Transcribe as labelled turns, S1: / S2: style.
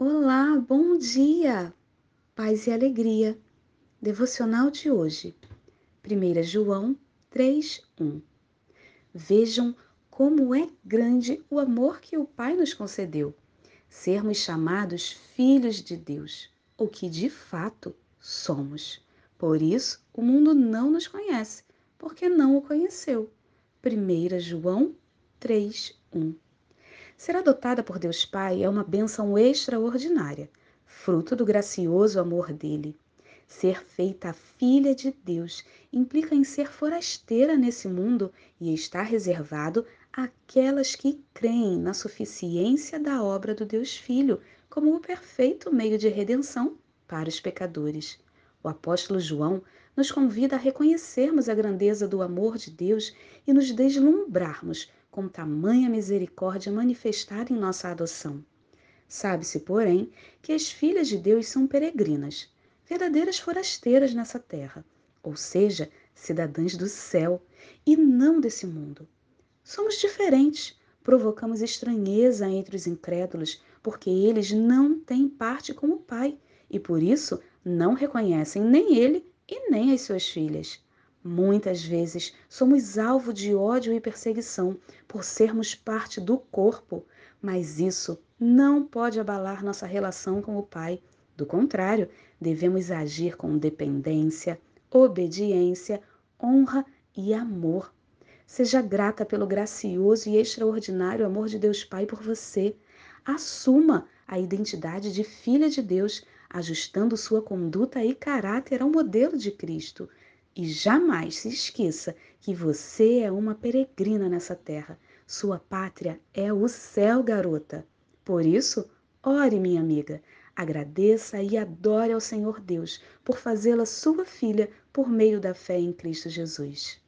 S1: Olá, bom dia! Paz e alegria. Devocional de hoje, 1 João 3:1. Vejam como é grande o amor que o Pai nos concedeu, sermos chamados filhos de Deus, o que de fato somos. Por isso, o mundo não nos conhece, porque não o conheceu. 1 João 3:1. Ser adotada por Deus Pai é uma bênção extraordinária, fruto do gracioso amor dele. Ser feita filha de Deus implica em ser forasteira nesse mundo e estar reservado àquelas que creem na suficiência da obra do Deus Filho como o perfeito meio de redenção para os pecadores. O apóstolo João nos convida a reconhecermos a grandeza do amor de Deus e nos deslumbrarmos com tamanha misericórdia manifestada em nossa adoção. Sabe-se, porém, que as filhas de Deus são peregrinas, verdadeiras forasteiras nessa terra, ou seja, cidadãs do céu e não desse mundo. Somos diferentes, provocamos estranheza entre os incrédulos, porque eles não têm parte com o Pai e por isso não reconhecem nem ele e nem as suas filhas. Muitas vezes somos alvo de ódio e perseguição por sermos parte do corpo, mas isso não pode abalar nossa relação com o Pai. Do contrário, devemos agir com dependência, obediência, honra e amor. Seja grata pelo gracioso e extraordinário amor de Deus Pai por você. Assuma a identidade de filha de Deus, ajustando sua conduta e caráter ao modelo de Cristo. E jamais se esqueça que você é uma peregrina nessa terra. Sua pátria é o céu, garota. Por isso, ore, minha amiga. Agradeça e adore ao Senhor Deus por fazê-la sua filha por meio da fé em Cristo Jesus.